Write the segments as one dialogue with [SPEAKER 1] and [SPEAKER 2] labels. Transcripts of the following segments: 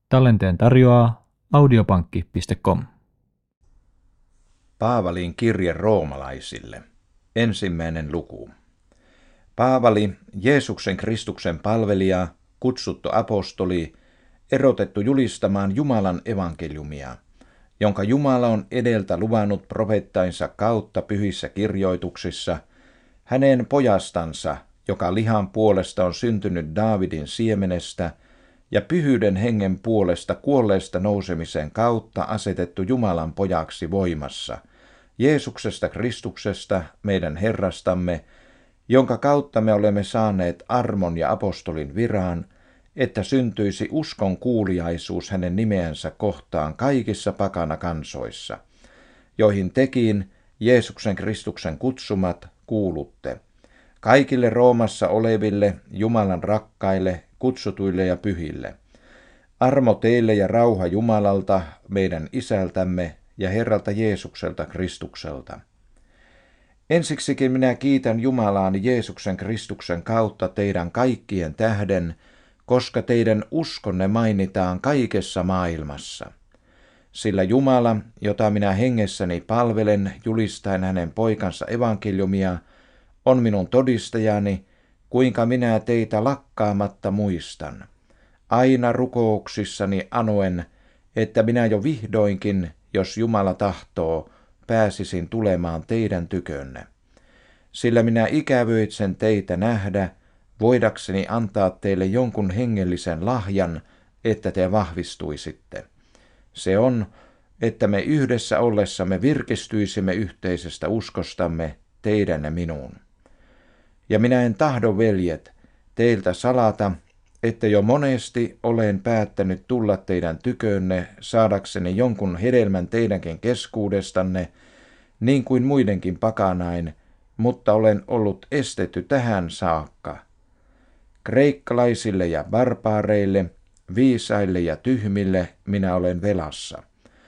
[SPEAKER 1] Tallenteen tarjoaa audiopankki.com.
[SPEAKER 2] Paavalin kirje roomalaisille. 1. luku. Paavali, Jeesuksen Kristuksen palvelija, kutsuttu apostoli, erotettu julistamaan Jumalan evankeliumia, jonka Jumala on edeltä luvannut profeettainsa kautta pyhissä kirjoituksissa, hänen pojastansa, joka lihan puolesta on syntynyt Daavidin siemenestä, ja pyhyyden hengen puolesta kuolleesta nousemisen kautta asetettu Jumalan pojaksi voimassa, Jeesuksesta Kristuksesta, meidän Herrastamme, jonka kautta me olemme saaneet armon ja apostolin viran, että syntyisi uskon kuuliaisuus hänen nimeänsä kohtaan kaikissa pakana kansoissa, joihin tekin, Jeesuksen Kristuksen kutsumat, kuulutte, kaikille Roomassa oleville, Jumalan rakkaille, kutsutuille ja pyhille. Armo teille ja rauha Jumalalta, meidän Isältämme ja Herralta Jeesukselta Kristukselta. Ensiksikin minä kiitän Jumalaani Jeesuksen Kristuksen kautta teidän kaikkien tähden, koska teidän uskonne mainitaan kaikessa maailmassa. Sillä Jumala, jota minä hengessäni palvelen, julistaen hänen poikansa evankeliumia, on minun todistajani, kuinka minä teitä lakkaamatta muistan, aina rukouksissani anoen, että minä jo vihdoinkin, jos Jumala tahtoo, pääsisin tulemaan teidän tykönne. Sillä minä ikävöitsen teitä nähdä, voidakseni antaa teille jonkun hengellisen lahjan, että te vahvistuisitte. Se on, että me yhdessä ollessamme virkistyisimme yhteisestä uskostamme teidän ja minuun. Ja minä en tahdo, veljet, teiltä salata, että jo monesti olen päättänyt tulla teidän tykönne saadakseni jonkun hedelmän teidänkin keskuudestanne, niin kuin muidenkin pakanain, mutta olen ollut estetty tähän saakka. Kreikkalaisille ja barbaareille, viisaille ja tyhmille minä olen velassa.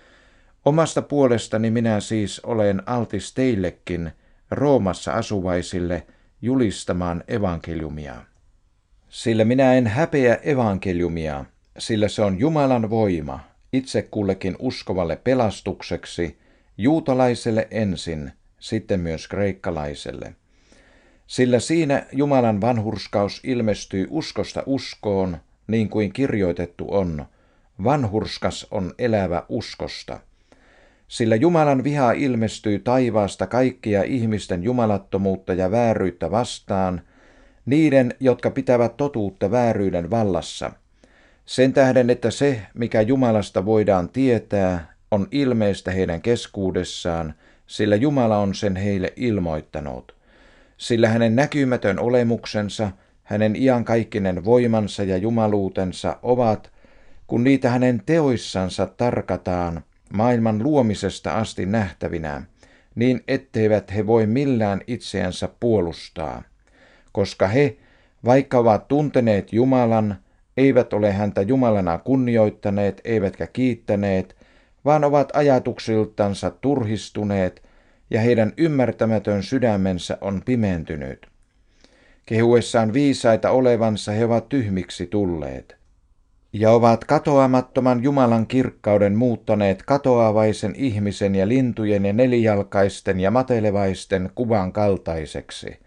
[SPEAKER 2] Omasta puolestani minä siis olen altis teillekin, Roomassa asuvaisille, julistamaan evankeliumia. Sillä minä en häpeä evankeliumia, sillä se on Jumalan voima, itse kullekin uskovalle pelastukseksi, juutalaiselle ensin, sitten myös kreikkalaiselle. Sillä siinä Jumalan vanhurskaus ilmestyy uskosta uskoon, niin kuin kirjoitettu on, vanhurskas on elävä uskosta. Sillä Jumalan viha ilmestyy taivaasta kaikkia ihmisten jumalattomuutta ja vääryyttä vastaan, niiden, jotka pitävät totuutta vääryyden vallassa. Sen tähden, että se, mikä Jumalasta voidaan tietää, on ilmeistä heidän keskuudessaan, sillä Jumala on sen heille ilmoittanut. Sillä hänen näkymätön olemuksensa, hänen iankaikkinen voimansa ja jumaluutensa ovat, kun niitä hänen teoissansa tarkataan, maailman luomisesta asti nähtävinä, niin etteivät he voi millään itseänsä puolustaa. Koska he, vaikka ovat tunteneet Jumalan, eivät ole häntä Jumalana kunnioittaneet eivätkä kiittäneet, vaan ovat ajatuksiltansa turhistuneet ja heidän ymmärtämätön sydämensä on pimentynyt. Kehuessaan viisaita olevansa he ovat tyhmiksi tulleet ja ovat katoamattoman Jumalan kirkkauden muuttaneet katoavaisen ihmisen ja lintujen ja nelijalkaisten ja matelevaisten kuvan kaltaiseksi.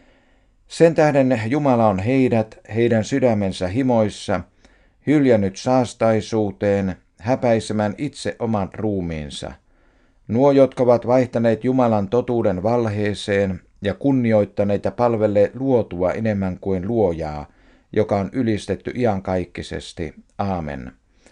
[SPEAKER 2] Sen tähden Jumala on heidän sydämensä himoissa, hyljännyt saastaisuuteen, häpäisemään itse oman ruumiinsa. Nuo, jotka ovat vaihtaneet Jumalan totuuden valheeseen ja kunnioittaneet ja palvelleet luotua enemmän kuin luojaa, joka on ylistetty iankaikkisesti. Aamen.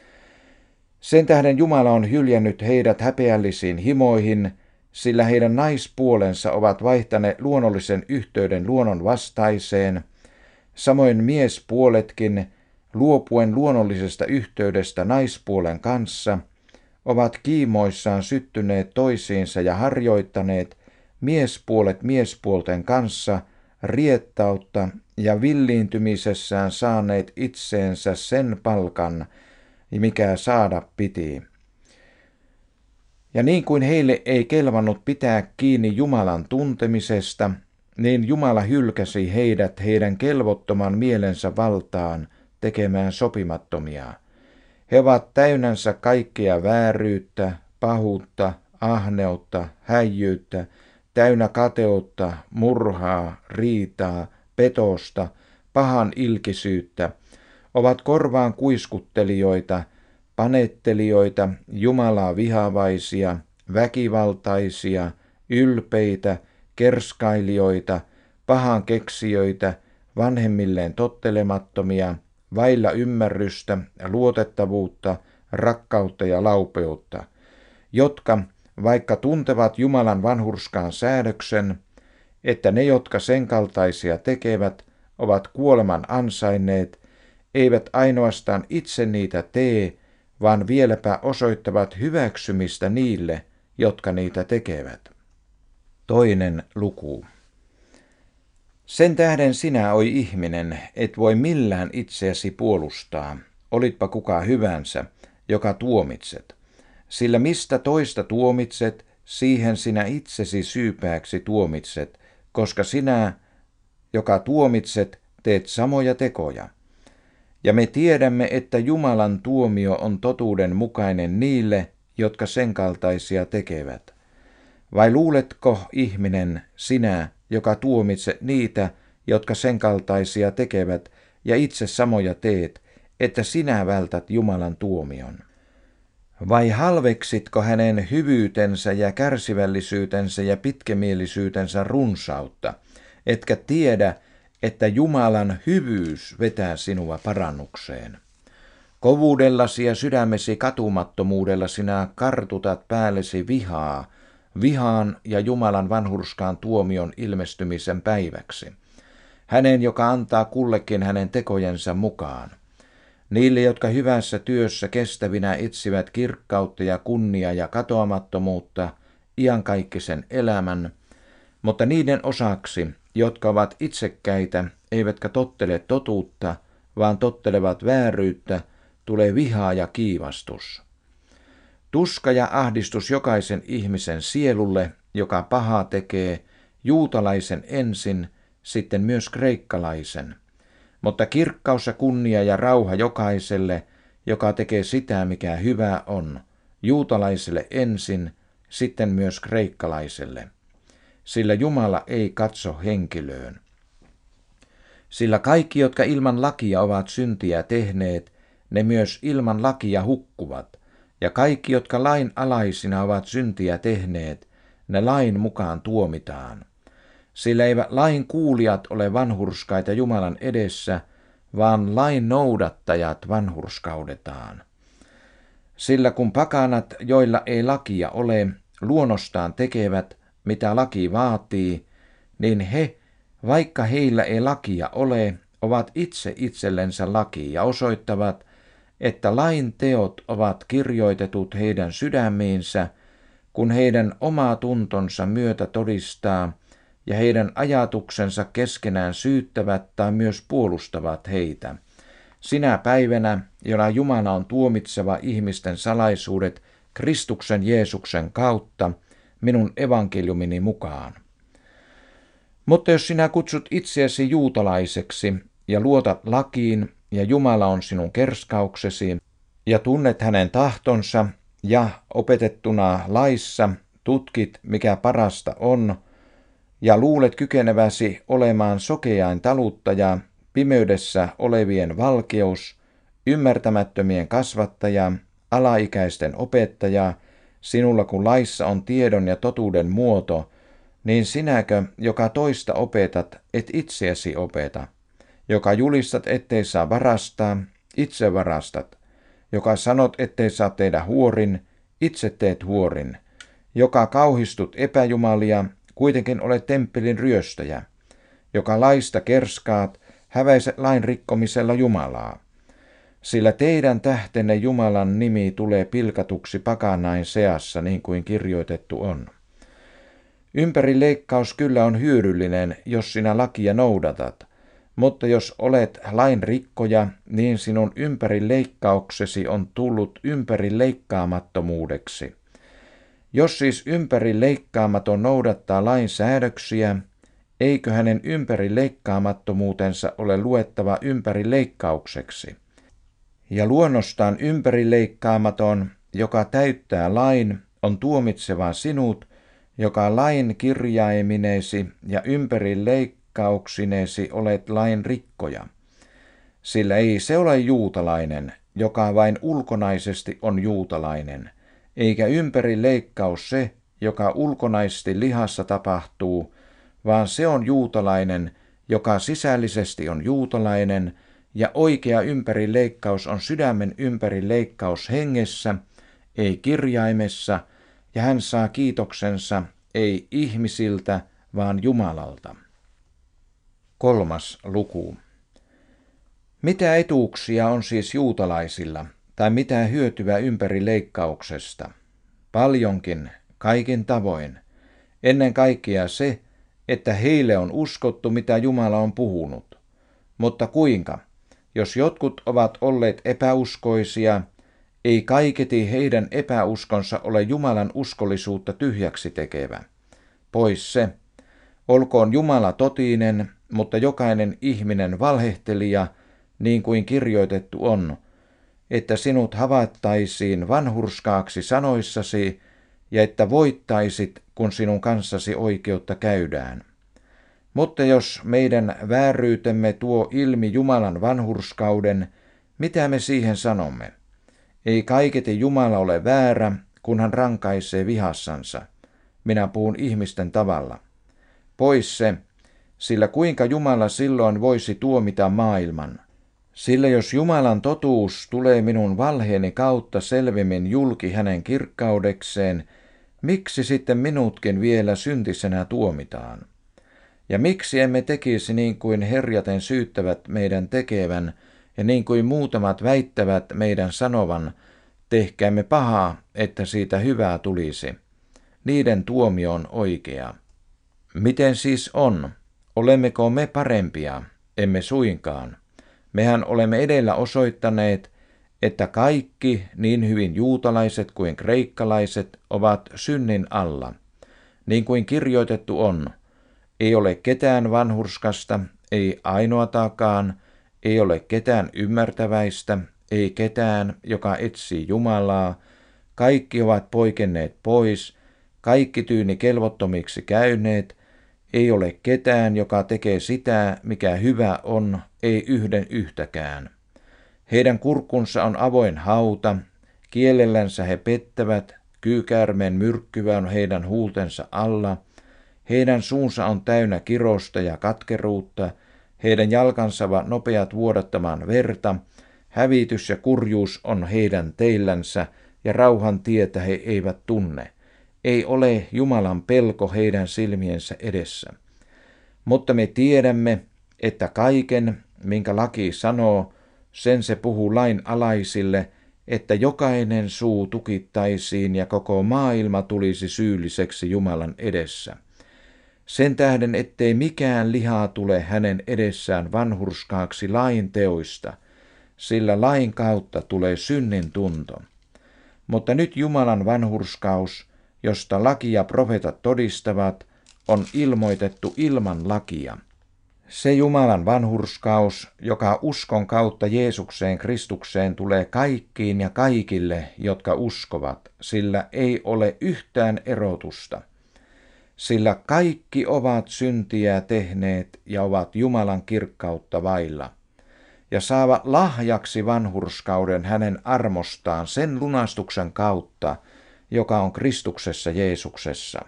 [SPEAKER 2] Sen tähden Jumala on hyljännyt heidät häpeällisiin himoihin, sillä heidän naispuolensa ovat vaihtaneet luonnollisen yhteyden luonnon vastaiseen, samoin miespuoletkin, luopuen luonnollisesta yhteydestä naispuolen kanssa, ovat kiimoissaan syttyneet toisiinsa ja harjoittaneet miespuolet miespuolten kanssa riettautta ja villiintymisessään saaneet itseensä sen palkan, mikä saada piti. Ja niin kuin heille ei kelvannut pitää kiinni Jumalan tuntemisesta, niin Jumala hylkäsi heidät heidän kelvottoman mielensä valtaan tekemään sopimattomia. He ovat täynnänsä kaikkea vääryyttä, pahuutta, ahneutta, häijyyttä, täynnä kateutta, murhaa, riitaa, petosta, pahan ilkisyyttä, ovat korvaan kuiskuttelijoita, panettelijoita, Jumalaa vihavaisia, väkivaltaisia, ylpeitä, kerskailijoita, pahan keksijöitä, vanhemmilleen tottelemattomia, vailla ymmärrystä, luotettavuutta, rakkautta ja laupeutta, jotka, vaikka tuntevat Jumalan vanhurskaan säädöksen, että ne, jotka sen kaltaisia tekevät, ovat kuoleman ansainneet, eivät ainoastaan itse niitä tee, vaan vieläpä osoittavat hyväksymistä niille, jotka niitä tekevät. 2. luku. Sen tähden sinä, oi ihminen, et voi millään itseäsi puolustaa, olitpa kuka hyvänsä, joka tuomitset. Sillä mistä toista tuomitset, siihen sinä itsesi syypääksi tuomitset, koska sinä, joka tuomitset, teet samoja tekoja. Ja me tiedämme, että Jumalan tuomio on totuuden mukainen niille, jotka sen kaltaisia tekevät. Vai luuletko, ihminen, sinä, joka tuomitset niitä, jotka sen kaltaisia tekevät, ja itse samoja teet, että sinä vältät Jumalan tuomion? Vai halveksitko hänen hyvyytensä ja kärsivällisyytensä ja pitkämielisyytensä runsautta, etkä tiedä, että Jumalan hyvyys vetää sinua parannukseen? Kovuudellasi ja sydämesi katumattomuudella sinä kartutat päällesi vihaan ja Jumalan vanhurskaan tuomion ilmestymisen päiväksi. Hänen, joka antaa kullekin hänen tekojensa mukaan. Niille, jotka hyvässä työssä kestävinä etsivät kirkkautta ja kunniaa ja katoamattomuutta, iankaikkisen elämän, mutta niiden osaksi, jotka ovat itsekkäitä, eivätkä tottele totuutta, vaan tottelevat vääryyttä, tulee viha ja kiivastus. Tuska ja ahdistus jokaisen ihmisen sielulle, joka pahaa tekee, juutalaisen ensin, sitten myös kreikkalaisen. Mutta kirkkaus ja kunnia ja rauha jokaiselle, joka tekee sitä, mikä hyvä on, juutalaiselle ensin, sitten myös kreikkalaiselle. Sillä Jumala ei katso henkilöön. Sillä kaikki, jotka ilman lakia ovat syntiä tehneet, ne myös ilman lakia hukkuvat, ja kaikki, jotka lain alaisina ovat syntiä tehneet, ne lain mukaan tuomitaan. Sillä eivät lain kuulijat ole vanhurskaita Jumalan edessä, vaan lain noudattajat vanhurskaudetaan. Sillä kun pakanat, joilla ei lakia ole, luonnostaan tekevät, mitä laki vaatii, niin he, vaikka heillä ei lakia ole, ovat itse itsellensä laki ja osoittavat, että lain teot ovat kirjoitetut heidän sydämiinsä, kun heidän oma tuntonsa myötä todistaa ja heidän ajatuksensa keskenään syyttävät tai myös puolustavat heitä. Sinä päivänä, jona Jumala on tuomitseva ihmisten salaisuudet Kristuksen Jeesuksen kautta, minun evankeliumini mukaan. Mutta jos sinä kutsut itseäsi juutalaiseksi ja luotat lakiin, ja Jumala on sinun kerskauksesi, ja tunnet hänen tahtonsa, ja opetettuna laissa tutkit, mikä parasta on, ja luulet kykeneväsi olemaan sokeain taluttaja, pimeydessä olevien valkeus, ymmärtämättömien kasvattaja, alaikäisten opettaja, sinulla kun laissa on tiedon ja totuuden muoto, niin sinäkö, joka toista opetat, et itseäsi opeta? Joka julistat, ettei saa varastaa, itse varastat. Joka sanot, ettei saa tehdä huorin, itse teet huorin. Joka kauhistut epäjumalia, kuitenkin olet temppelin ryöstäjä. Joka laista kerskaat, häväiset lain rikkomisella Jumalaa. Sillä teidän tähtenne Jumalan nimi tulee pilkatuksi pakanain seassa, niin kuin kirjoitettu on. Ympärileikkaus kyllä on hyödyllinen, jos sinä lakia noudatat, mutta jos olet lain rikkoja, niin sinun ympärileikkauksesi on tullut ympärileikkaamattomuudeksi. Jos siis ympärileikkaamaton noudattaa lain säädöksiä, eikö hänen ympärileikkaamattomuutensa ole luettava ympärileikkaukseksi? Ja luonnostaan ympärileikkaamaton, joka täyttää lain, on tuomitseva sinut, joka lain kirjaiminesi ja ympärileikkauksinesi olet lain rikkoja. Sillä ei se ole juutalainen, joka vain ulkonaisesti on juutalainen, eikä ympärileikkaus se, joka ulkonaisesti lihassa tapahtuu, vaan se on juutalainen, joka sisällisesti on juutalainen, ja oikea ympärileikkaus on sydämen ympärileikkaus hengessä, ei kirjaimessa, ja hän saa kiitoksensa ei ihmisiltä, vaan Jumalalta. 3. luku. Mitä etuuksia on siis juutalaisilla, tai mitä hyötyä ympärileikkauksesta? Paljonkin, kaikin tavoin. Ennen kaikkea se, että heille on uskottu, mitä Jumala on puhunut. Mutta kuinka? Jos jotkut ovat olleet epäuskoisia, ei kaiketi heidän epäuskonsa ole Jumalan uskollisuutta tyhjäksi tekevä. Pois se. Olkoon Jumala totinen, mutta jokainen ihminen valhehtelija, niin kuin kirjoitettu on, että sinut havaittaisiin vanhurskaaksi sanoissasi ja että voittaisit, kun sinun kanssasi oikeutta käydään. Mutta jos meidän vääryytemme tuo ilmi Jumalan vanhurskauden, mitä me siihen sanomme? Ei kaiketi Jumala ole väärä, kun hän rankaisee vihassansa. Minä puhun ihmisten tavalla. Pois se, sillä kuinka Jumala silloin voisi tuomita maailman? Sillä jos Jumalan totuus tulee minun valheeni kautta selvemmin julki hänen kirkkaudekseen, miksi sitten minutkin vielä syntisenä tuomitaan? Ja miksi emme tekisi niin kuin herjaten syyttävät meidän tekevän, ja niin kuin muutamat väittävät meidän sanovan, tehkäämme pahaa, että siitä hyvää tulisi. Niiden tuomio on oikea. Miten siis on? Olemmeko me parempia? Emme suinkaan. Mehän olemme edellä osoittaneet, että kaikki, niin hyvin juutalaiset kuin kreikkalaiset, ovat synnin alla. Niin kuin kirjoitettu on, ei ole ketään vanhurskasta, ei ainoatakaan, ei ole ketään ymmärtäväistä, ei ketään, joka etsii Jumalaa. Kaikki ovat poikenneet pois, kaikki tyyni kelvottomiksi käyneet, ei ole ketään, joka tekee sitä, mikä hyvä on, ei yhden yhtäkään. Heidän kurkkunsa on avoin hauta, kielellänsä he pettävät, kyykäärmeen myrkkyvä on heidän huultensa alla, heidän suunsa on täynnä kirosta ja katkeruutta, heidän jalkansa ovat nopeat vuodattamaan verta, hävitys ja kurjuus on heidän teillänsä, ja rauhan tietä he eivät tunne. Ei ole Jumalan pelko heidän silmiensä edessä. Mutta me tiedämme, että kaiken, minkä laki sanoo, sen se puhuu lain alaisille, että jokainen suu tukittaisiin ja koko maailma tulisi syylliseksi Jumalan edessä. Sen tähden, ettei mikään liha tule hänen edessään vanhurskaaksi lain teoista, sillä lain kautta tulee synnin tunto. Mutta nyt Jumalan vanhurskaus, josta laki ja profeetat todistavat, on ilmoitettu ilman lakia. Se Jumalan vanhurskaus, joka uskon kautta Jeesukseen Kristukseen tulee kaikkiin ja kaikille, jotka uskovat, sillä ei ole yhtään erotusta. Sillä kaikki ovat syntiä tehneet ja ovat Jumalan kirkkautta vailla, ja saavat lahjaksi vanhurskauden hänen armostaan sen lunastuksen kautta, joka on Kristuksessa Jeesuksessa,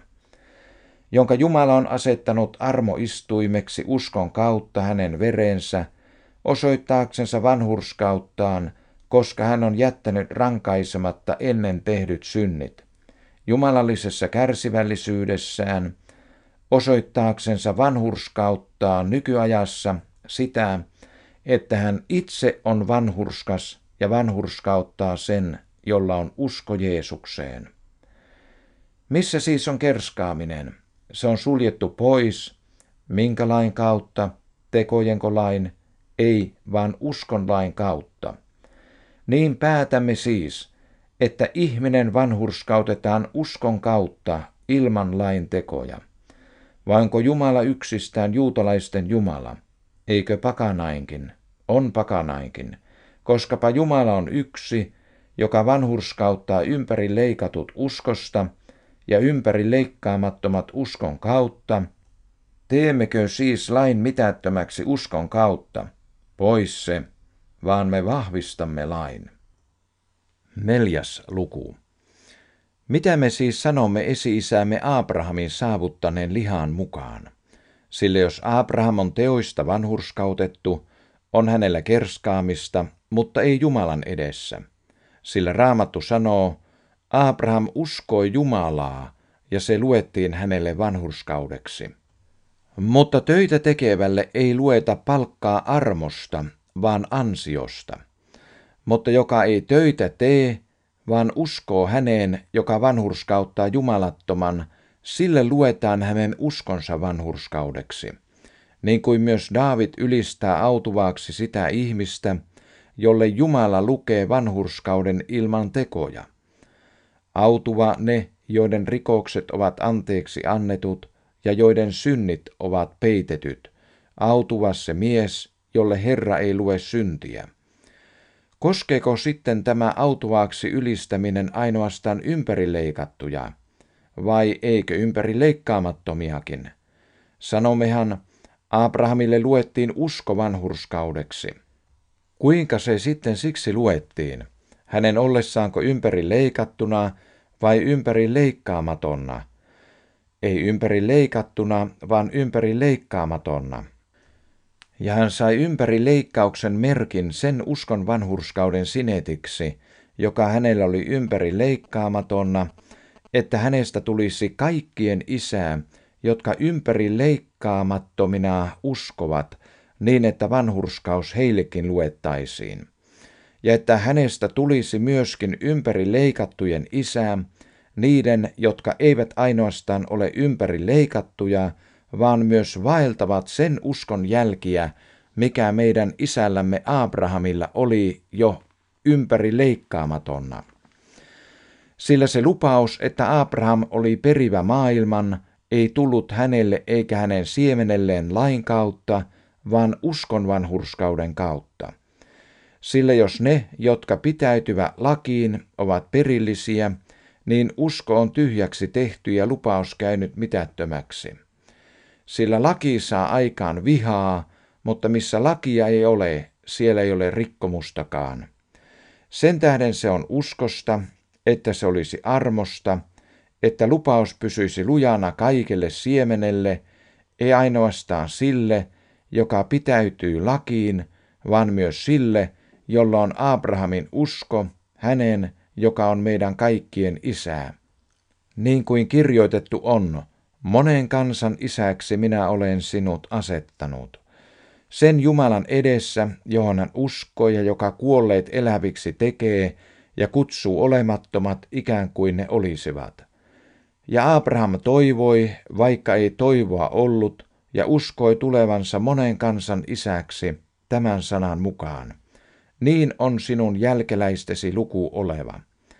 [SPEAKER 2] jonka Jumala on asettanut armoistuimeksi uskon kautta hänen verensä, osoittaaksensa vanhurskauttaan, koska hän on jättänyt rankaisematta ennen tehdyt synnit, jumalallisessa kärsivällisyydessään, osoittaaksensa vanhurskauttaan nykyajassa sitä, että hän itse on vanhurskas ja vanhurskauttaa sen, jolla on usko Jeesukseen. Missä siis on kerskaaminen? Se on suljettu pois. Minkä lain kautta? Tekojenko lain? Ei, vaan uskon lain kautta. Niin päätämme siis, että ihminen vanhurskautetaan uskon kautta ilman lain tekoja. Vai onko Jumala yksistään juutalaisten Jumala? Eikö pakanainkin? On pakanainkin. koskapa Jumala on yksi, joka vanhurskauttaa ympäri leikatut uskosta ja ympäri leikkaamattomat uskon kautta, teemmekö siis lain mitättömäksi uskon kautta? Pois se, vaan me vahvistamme lain. 4. luku. Mitä me siis sanomme esi-isämme Abrahamin saavuttaneen lihan mukaan? Sillä jos Abraham on teoista vanhurskautettu, on hänellä kerskaamista, mutta ei Jumalan edessä. Sillä Raamattu sanoo, Abraham uskoi Jumalaa, ja se luettiin hänelle vanhurskaudeksi. Mutta töitä tekevälle ei lueta palkkaa armosta, vaan ansiosta. Mutta joka ei töitä tee, vaan uskoo häneen, joka vanhurskauttaa jumalattoman, sille luetaan hänen uskonsa vanhurskaudeksi. Niin kuin myös Daavid ylistää autuvaaksi sitä ihmistä, jolle Jumala lukee vanhurskauden ilman tekoja. Autuva ne, joiden rikokset ovat anteeksi annetut ja joiden synnit ovat peitetyt. Autuva se mies, jolle Herra ei lue syntiä. Koskeeko sitten tämä autuvaaksi ylistäminen ainoastaan ympärileikattuja, vai eikö ympärileikkaamattomiakin? Sanommehan, Abrahamille luettiin usko vanhurskaudeksi. Kuinka se sitten siksi luettiin? Hänen ollessaanko ympärileikattuna vai ympärileikkaamattona? Ei ympärileikattuna, vaan ympärileikkaamattona. Ja hän sai ympärileikkauksen merkin sen uskon vanhurskauden sinetiksi, joka hänellä oli ympärileikkaamattona, että hänestä tulisi kaikkien isä, jotka ympärileikkaamattomina uskovat, niin että vanhurskaus heillekin luettaisiin. Ja että hänestä tulisi myöskin ympärileikattujen isä, niiden, jotka eivät ainoastaan ole ympärileikattuja, vaan myös vaeltavat sen uskon jälkiä, mikä meidän isällämme Abrahamilla oli jo ympärileikkaamattona. Sillä se lupaus, että Abraham oli perivä maailman, ei tullut hänelle eikä hänen siemenelleen lain kautta, vaan uskon vanhurskauden kautta. Sillä jos ne, jotka pitäytyvät lakiin, ovat perillisiä, niin usko on tyhjäksi tehty ja lupaus käynyt mitättömäksi. Sillä laki saa aikaan vihaa, mutta missä lakia ei ole, siellä ei ole rikkomustakaan. Sen tähden se on uskosta, että se olisi armosta, että lupaus pysyisi lujana kaikelle siemenelle, ei ainoastaan sille, joka pitäytyy lakiin, vaan myös sille, jolla on Abrahamin usko, hänen, joka on meidän kaikkien isä. Niin kuin kirjoitettu on, monen kansan isäksi minä olen sinut asettanut. Sen Jumalan edessä, johon hän uskoo ja joka kuolleet eläviksi tekee ja kutsuu olemattomat ikään kuin ne olisivat. Ja Abraham toivoi, vaikka ei toivoa ollut, ja uskoi tulevansa monen kansan isäksi tämän sanan mukaan. Niin on sinun jälkeläistesi luku oleva.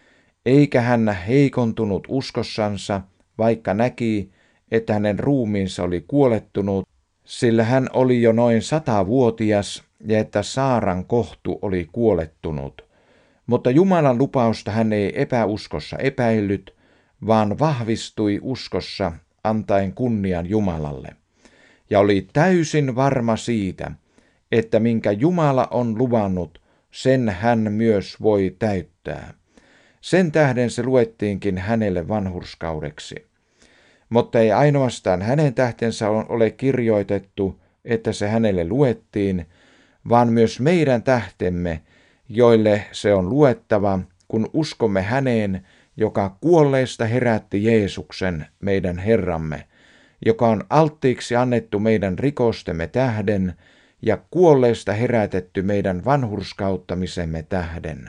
[SPEAKER 2] Eikä hän heikontunut uskossansa, vaikka näki, että hänen ruumiinsa oli kuolettunut, sillä hän oli jo noin 100-vuotias ja että Saaran kohtu oli kuolettunut. Mutta Jumalan lupausta hän ei epäuskossa epäillyt, vaan vahvistui uskossa antaen kunnian Jumalalle. Ja oli täysin varma siitä, että minkä Jumala on luvannut, sen hän myös voi täyttää. Sen tähden se luettiinkin hänelle vanhurskaudeksi. Mutta ei ainoastaan hänen tähtensä ole kirjoitettu, että se hänelle luettiin, vaan myös meidän tähtemme, joille se on luettava, kun uskomme häneen, joka kuolleista herätti Jeesuksen, meidän Herramme, joka on alttiiksi annettu meidän rikostemme tähden ja kuolleista herätetty meidän vanhurskauttamisemme tähden.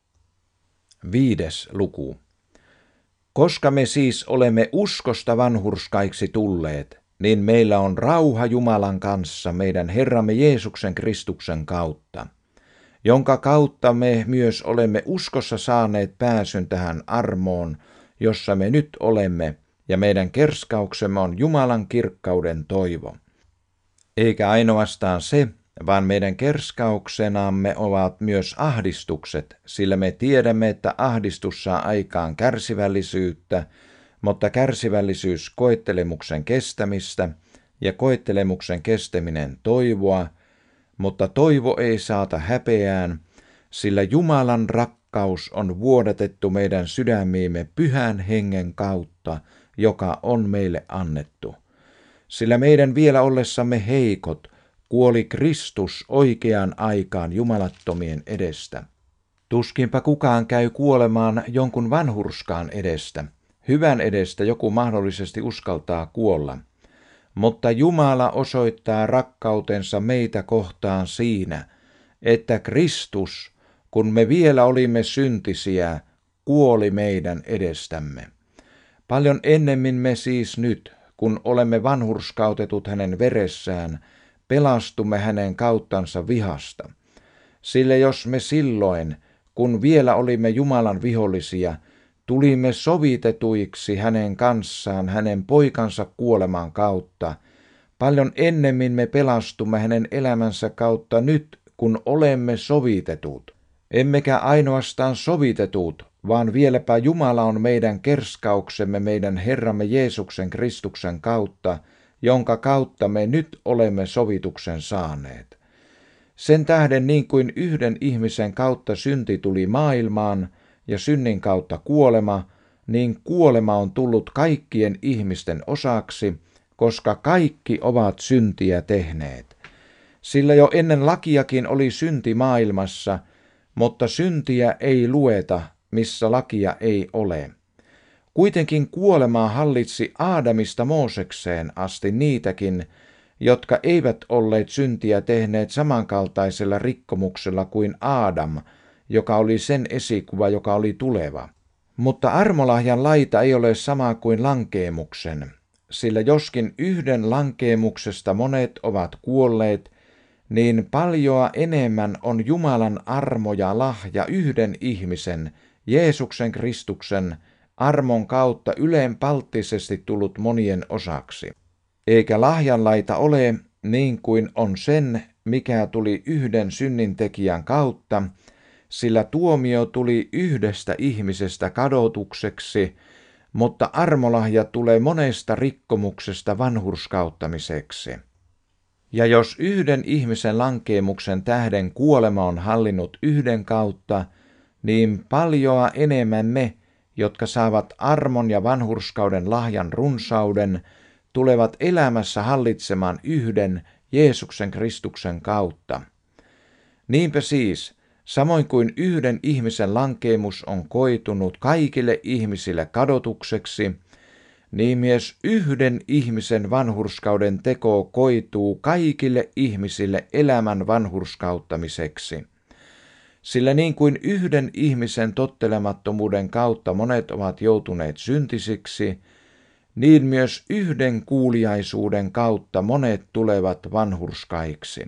[SPEAKER 2] 5. luku. Koska me siis olemme uskosta vanhurskaiksi tulleet, niin meillä on rauha Jumalan kanssa meidän Herramme Jeesuksen Kristuksen kautta, jonka kautta me myös olemme uskossa saaneet pääsyn tähän armoon, jossa me nyt olemme, ja meidän kerskauksemme on Jumalan kirkkauden toivo. Eikä ainoastaan se, vaan meidän kerskauksenamme ovat myös ahdistukset, sillä me tiedämme, että ahdistus saa aikaan kärsivällisyyttä, mutta kärsivällisyys koettelemuksen kestämistä ja koettelemuksen kestäminen toivoa, mutta toivo ei saata häpeään, sillä Jumalan rakkaus on vuodatettu meidän sydämiimme Pyhän Hengen kautta, joka on meille annettu. Sillä meidän vielä ollessamme heikot kuoli Kristus oikeaan aikaan jumalattomien edestä. Tuskinpa kukaan käy kuolemaan jonkun vanhurskaan edestä. Hyvän edestä joku mahdollisesti uskaltaa kuolla. Mutta Jumala osoittaa rakkautensa meitä kohtaan siinä, että Kristus, kun me vielä olimme syntisiä, kuoli meidän edestämme. Paljon ennemmin me siis nyt, kun olemme vanhurskautetut hänen veressään, pelastumme hänen kauttansa vihasta. Sillä jos me silloin, kun vielä olimme Jumalan vihollisia, tulimme sovitetuiksi hänen kanssaan hänen poikansa kuoleman kautta, paljon ennemmin me pelastumme hänen elämänsä kautta nyt, kun olemme sovitetut. Emmekä ainoastaan sovitetut, vaan vieläpä Jumala on meidän kerskauksemme meidän Herramme Jeesuksen Kristuksen kautta, jonka kautta me nyt olemme sovituksen saaneet. Sen tähden niin kuin yhden ihmisen kautta synti tuli maailmaan ja synnin kautta kuolema, niin kuolema on tullut kaikkien ihmisten osaksi, koska kaikki ovat syntiä tehneet. Sillä jo ennen lakiakin oli synti maailmassa, mutta syntiä ei lueta, missä lakia ei ole. Kuitenkin kuolemaa hallitsi Aadamista Moosekseen asti niitäkin, jotka eivät olleet syntiä tehneet samankaltaisella rikkomuksella kuin Aadam, joka oli sen esikuva, joka oli tuleva. Mutta armolahjan laita ei ole sama kuin lankeemuksen, sillä joskin yhden lankeemuksesta monet ovat kuolleet, niin paljoa enemmän on Jumalan armo ja lahja yhden ihmisen, Jeesuksen Kristuksen, armon kautta ylenpalttisesti tullut monien osaksi. Eikä lahjanlaita ole niin kuin on sen, mikä tuli yhden synnintekijän kautta, sillä tuomio tuli yhdestä ihmisestä kadotukseksi, mutta armolahja tulee monesta rikkomuksesta vanhurskauttamiseksi. Ja jos yhden ihmisen lankeemuksen tähden kuolema on hallinnut yhden kautta, niin paljoa enemmän me, jotka saavat armon ja vanhurskauden lahjan runsauden, tulevat elämässä hallitsemaan yhden Jeesuksen Kristuksen kautta. Niinpä siis, samoin kuin yhden ihmisen lankeemus on koitunut kaikille ihmisille kadotukseksi, niin myös yhden ihmisen vanhurskauden teko koituu kaikille ihmisille elämän vanhurskauttamiseksi. Sillä niin kuin yhden ihmisen tottelemattomuuden kautta monet ovat joutuneet syntisiksi, niin myös yhden kuuliaisuuden kautta monet tulevat vanhurskaiksi.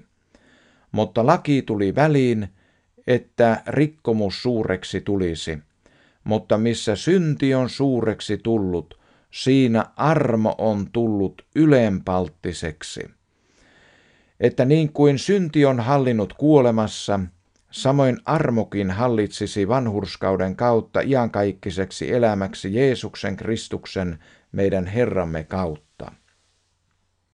[SPEAKER 2] Mutta laki tuli väliin, että rikkomus suureksi tulisi. Mutta missä synti on suureksi tullut, siinä armo on tullut ylenpalttiseksi. Että niin kuin synti on hallinnut kuolemassa, samoin armokin hallitsisi vanhurskauden kautta iankaikkaiseksi elämäksi Jeesuksen Kristuksen meidän Herramme kautta.